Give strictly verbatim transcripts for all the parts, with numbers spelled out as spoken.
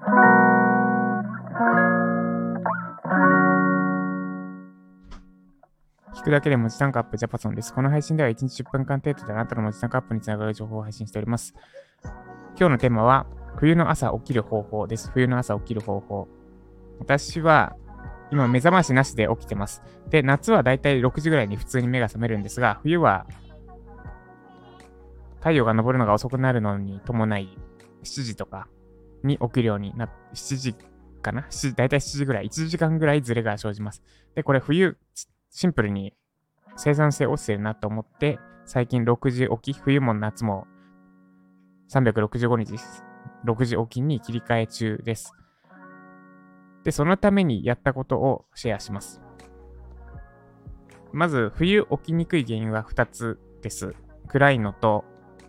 聞くだけで文字単価アップジャパソンです。この配信ではいちにちじゅっぷんかん程度であなたの文字単価アップにつながる情報を配信しております。今日のテーマは冬の朝起きる方法です。冬の朝起きる方法。私は今目覚ましなしで起きてます。で、夏はだいたいろくじぐらいに普通に目が覚めるんですが、冬は太陽が昇るのが遅くなるのに伴いしちじとかに起きるようになって、しちじかなだいたいしちじぐらい、いちじかんぐらいズレが生じます。で、これ冬、シンプルに生産性落ちてるなと思って、最近ろくじ起き、冬も夏もさんびゃくろくじゅうごにちろくじ起きに切り替え中です。で、そのためにやったことをシェアします。まず、冬起きにくい原因はふたつです。暗いのと、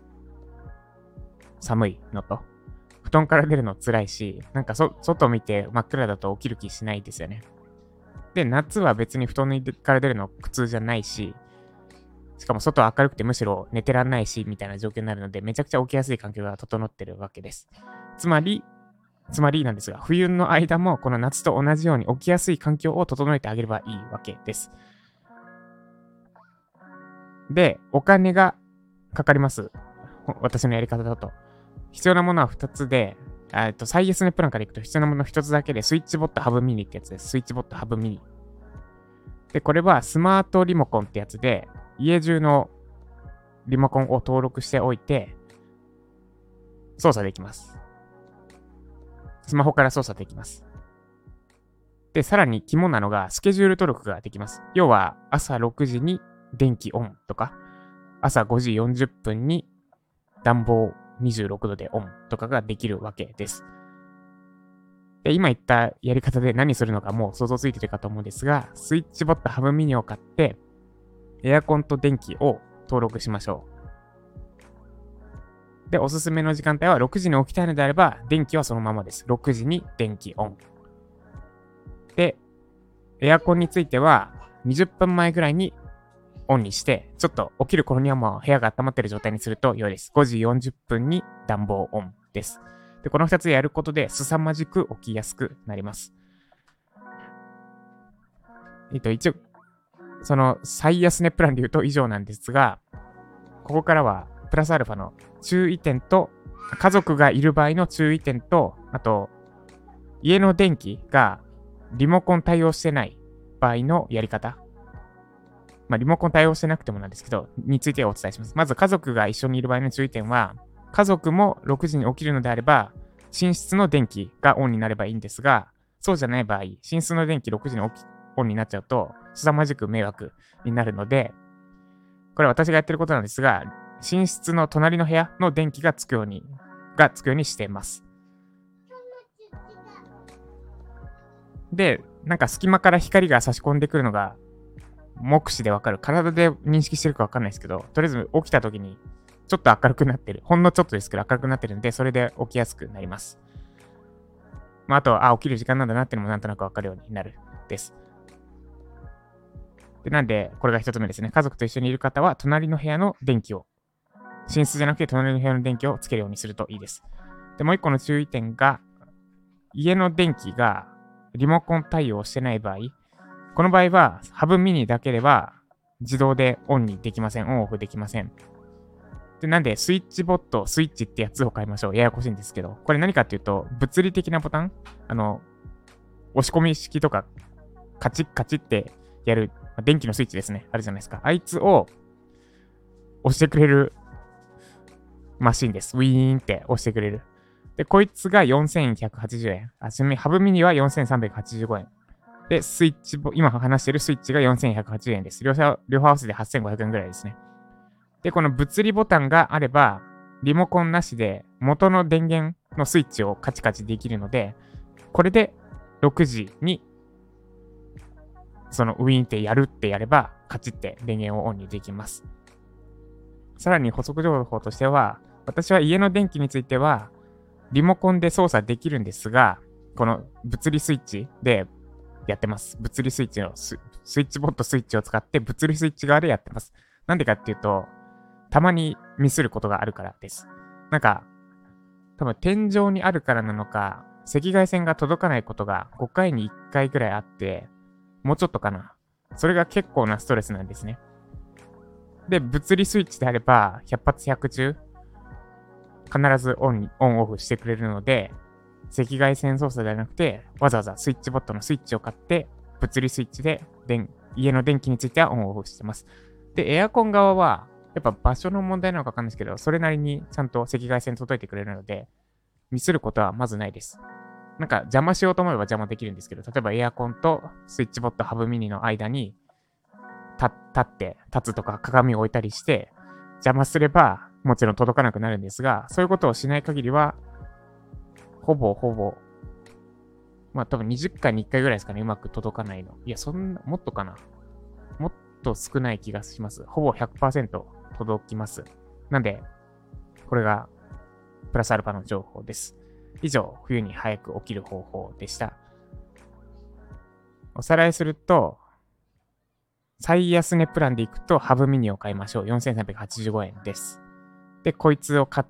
寒いのと。布団から出るの辛いし、なんかそ外見て真っ暗だと起きる気しないですよね。で、夏は別に布団から出るの苦痛じゃないし、しかも外明るくてむしろ寝てらんないし、みたいな状況になるので、めちゃくちゃ起きやすい環境が整ってるわけです。つまり、つまりなんですが、冬の間もこの夏と同じように起きやすい環境を整えてあげればいいわけです。で、お金がかかります。私のやり方だと。必要なものはふたつで、えっと、最安値プランからいくと必要なものひとつだけで、スイッチボットハブミニってやつです。スイッチボットハブミニ。で、これはスマートリモコンってやつで、家中のリモコンを登録しておいて、操作できます。スマホから操作できます。で、さらに肝なのが、スケジュール登録ができます。要は、朝ろくじに電気オンとか、朝ごじよんじゅっぷんに暖房にじゅうろくどでオンとかができるわけです。で、今言ったやり方で何するのかもう想像ついてるかと思うんですが、スイッチボットハブミニを買って、エアコンと電気を登録しましょう。で、おすすめの時間帯はろくじに起きたいのであれば、電気はそのままです。ろくじに電気オン。で、エアコンについてはにじゅっぷんまえぐらいにオンにして、ちょっと起きる頃にはもう部屋が温まってる状態にすると良いです。ごじよんじゅっぷんに暖房オンです。で、このふたつやることで凄まじく起きやすくなります。えっと、一応、その最安値プランで言うと以上なんですが、ここからはプラスアルファの注意点と、家族がいる場合の注意点と、あと、家の電気がリモコン対応してない場合のやり方。まあ、リモコン対応してなくてもなんですけど、についてお伝えします。まず家族が一緒にいる場合の注意点は、家族もろくじに起きるのであれば、寝室の電気がオンになればいいんですが、そうじゃない場合、寝室の電気ろくじに起きオンになっちゃうと、凄まじく迷惑になるので、これは私がやってることなんですが、寝室の隣の部屋の電気がつくように、がつくようにしています。で、なんか隙間から光が差し込んでくるのが、目視でわかる。体で認識してるかわかんないですけど、とりあえず起きた時に、ちょっと明るくなってる。ほんのちょっとですけど明るくなってるんで、それで起きやすくなります。まあ、あとは、あ、起きる時間なんだなっていうのもなんとなくわかるようになるです。で、なんで、これが一つ目ですね。家族と一緒にいる方は、隣の部屋の電気を、寝室じゃなくて隣の部屋の電気をつけるようにするといいです。で、もう一個の注意点が、家の電気がリモコン対応してない場合、この場合は、ハブミニだけでは自動でオンにできません。オンオフできません。で、なんで、スイッチボット、スイッチってやつを買いましょう。ややこしいんですけど。これ何かっていうと、物理的なボタンあの、押し込み式とか、カチッカチッってやる、電気のスイッチですね。あるじゃないですか。あいつを押してくれるマシンです。ウィーンって押してくれる。で、こいつがよんせんひゃくはちじゅうえん。あ、ちなみにハブミニはよんせんさんびゃくはちじゅうごえん。で、スイッチ、今話してるスイッチがよんせんひゃくはちじゅうえんです。両方、両方合わせてはっせんごひゃくえんぐらいですね。で、この物理ボタンがあれば、リモコンなしで元の電源のスイッチをカチカチできるので、これでろくじにそのウィーンってやるってやれば、カチって電源をオンにできます。さらに補足情報としては、私は家の電気については、リモコンで操作できるんですが、この物理スイッチでやってます。物理スイッチのス、スイッチボットスイッチを使って物理スイッチ側でやってます。なんでかっていうと、たまにミスることがあるからです。なんか、多分天井にあるからなのか、 赤外線が届かないことがごかいにいっかいぐらいあって、もうちょっとかな。それが結構なストレスなんですね。で、物理スイッチであれば、ひゃく発ひゃく中、必ずオンに、オンオフしてくれるので、赤外線操作ではなくて、わざわざスイッチボットのスイッチを買って、物理スイッチで電家の電気についてはオンオフしてます。で、エアコン側は、やっぱ場所の問題なのかわかんないですけど、それなりにちゃんと赤外線届いてくれるので、ミスることはまずないです。なんか邪魔しようと思えば邪魔できるんですけど、例えばエアコンとスイッチボットハブミニの間に立って、立つとか鏡を置いたりして、邪魔すればもちろん届かなくなるんですが、そういうことをしない限りは、ほぼほぼ、まあ多分にじゅっかいにいっかいぐらいですかね、うまく届かないの。いや、そんな、もっとかな。もっと少ない気がします。ほぼ ひゃくパーセント 届きます。なんで、これがプラスアルファの情報です。以上、冬に早く起きる方法でした。おさらいすると、最安値プランでいくとハブミニを買いましょう。よんせんさんびゃくはちじゅうごえんです。で、こいつを買って、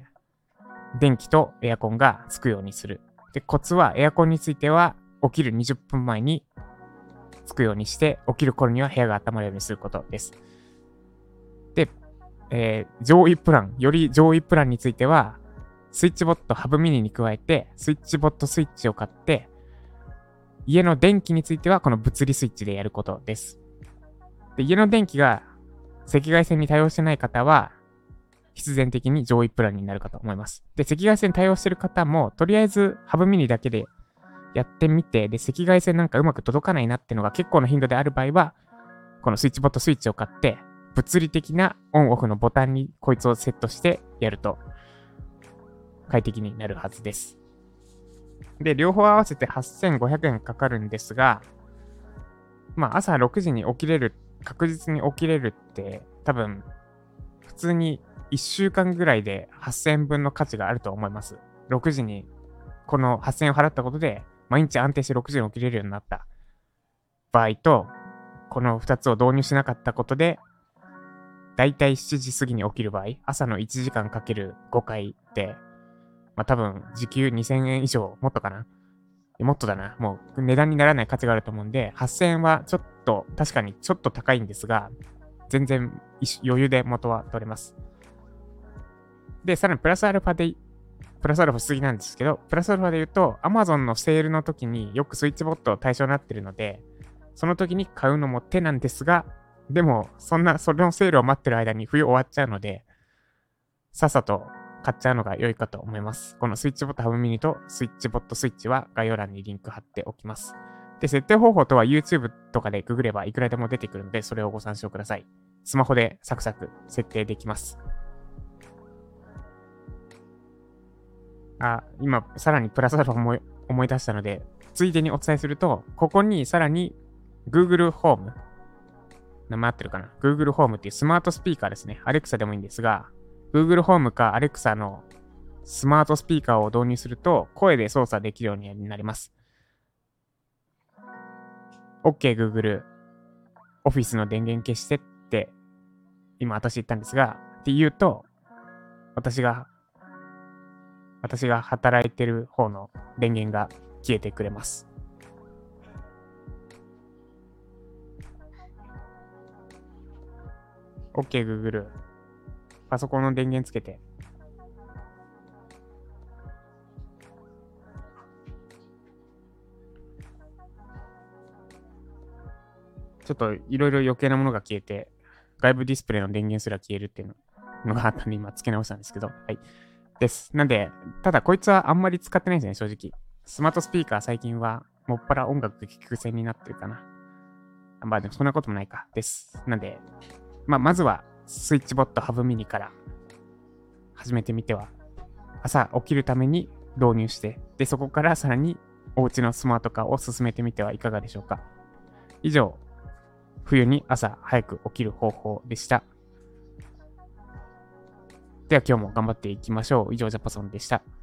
電気とエアコンがつくようにする。で、コツはエアコンについては起きるにじゅっぷんまえにつくようにして、起きる頃には部屋が温まるようにすることです。で、えー、上位プラン、より上位プランについては、スイッチボットハブミニに加えて、スイッチボットスイッチを買って、家の電気についてはこの物理スイッチでやることです。で、家の電気が赤外線に対応してない方は、必然的に上位プランになるかと思います。で、赤外線対応してる方も、とりあえずハブミニだけでやってみて、で、赤外線なんかうまく届かないなっていうのが結構な頻度である場合は、このスイッチボットスイッチを買って、物理的なオンオフのボタンにこいつをセットしてやると、快適になるはずです。で、両方合わせてはっせんごひゃくえんかかるんですが、まあ朝ろくじに起きれる、確実に起きれるって多分普通にいっしゅうかんぐらいではっせんえんぶんの価値があると思います。ろくじにこのはっせんえんを払ったことで毎日安定してろくじに起きれるようになった場合と、このふたつを導入しなかったことで、だいたいしちじ過ぎに起きる場合、朝のいちじかんかけるごかいで、まあ多分時給にせんえん以上、もっとかな。もっとだな。もう値段にならない価値があると思うんで、はっせんえんはちょっと、確かにちょっと高いんですが、全然余裕で元は取れます。で、さらにプラスアルファで、プラスアルファしすぎなんですけど、プラスアルファで言うと、Amazon のセールの時によくスイッチボット対象になってるので、その時に買うのも手なんですが、でも、そんな、それのセールを待ってる間に冬終わっちゃうので、さっさと買っちゃうのが良いかと思います。このスイッチボットハブミニとスイッチボットスイッチは概要欄にリンク貼っておきます。で、設定方法とは YouTube とかでググればいくらでも出てくるので、それをご参照ください。スマホでサクサク設定できます。あ、今、さらにプラスアルファ思い、思い出したので、ついでにお伝えすると、ここにさらに Google ホーム、名前合ってるかな ?Google ホームっていうスマートスピーカーですね。Alexa でもいいんですが、Google ホームか Alexa のスマートスピーカーを導入すると、声で操作できるようになります。OK Google、Office の電源消してって、今私言ったんですが、って言うと、私が、私が働いてる方の電源が消えてくれます。OK Google、パソコンの電源つけて。ちょっといろいろ余計なものが消えて、外部ディスプレイの電源すら消えるっていうのがあったんで、今付け直したんですけど。はい。です。なんで、ただこいつはあんまり使ってないんですね、正直。スマートスピーカー最近は、もっぱら音楽聴く線になってるかな。まあでもそんなこともないか。です。なんで、まあまずは、スイッチボットハブミニから始めてみては、朝起きるために導入して、で、そこからさらにお家のスマート化を進めてみてはいかがでしょうか。以上、冬に朝早く起きる方法でした。では今日も頑張っていきましょう。以上、ジャパソンでした。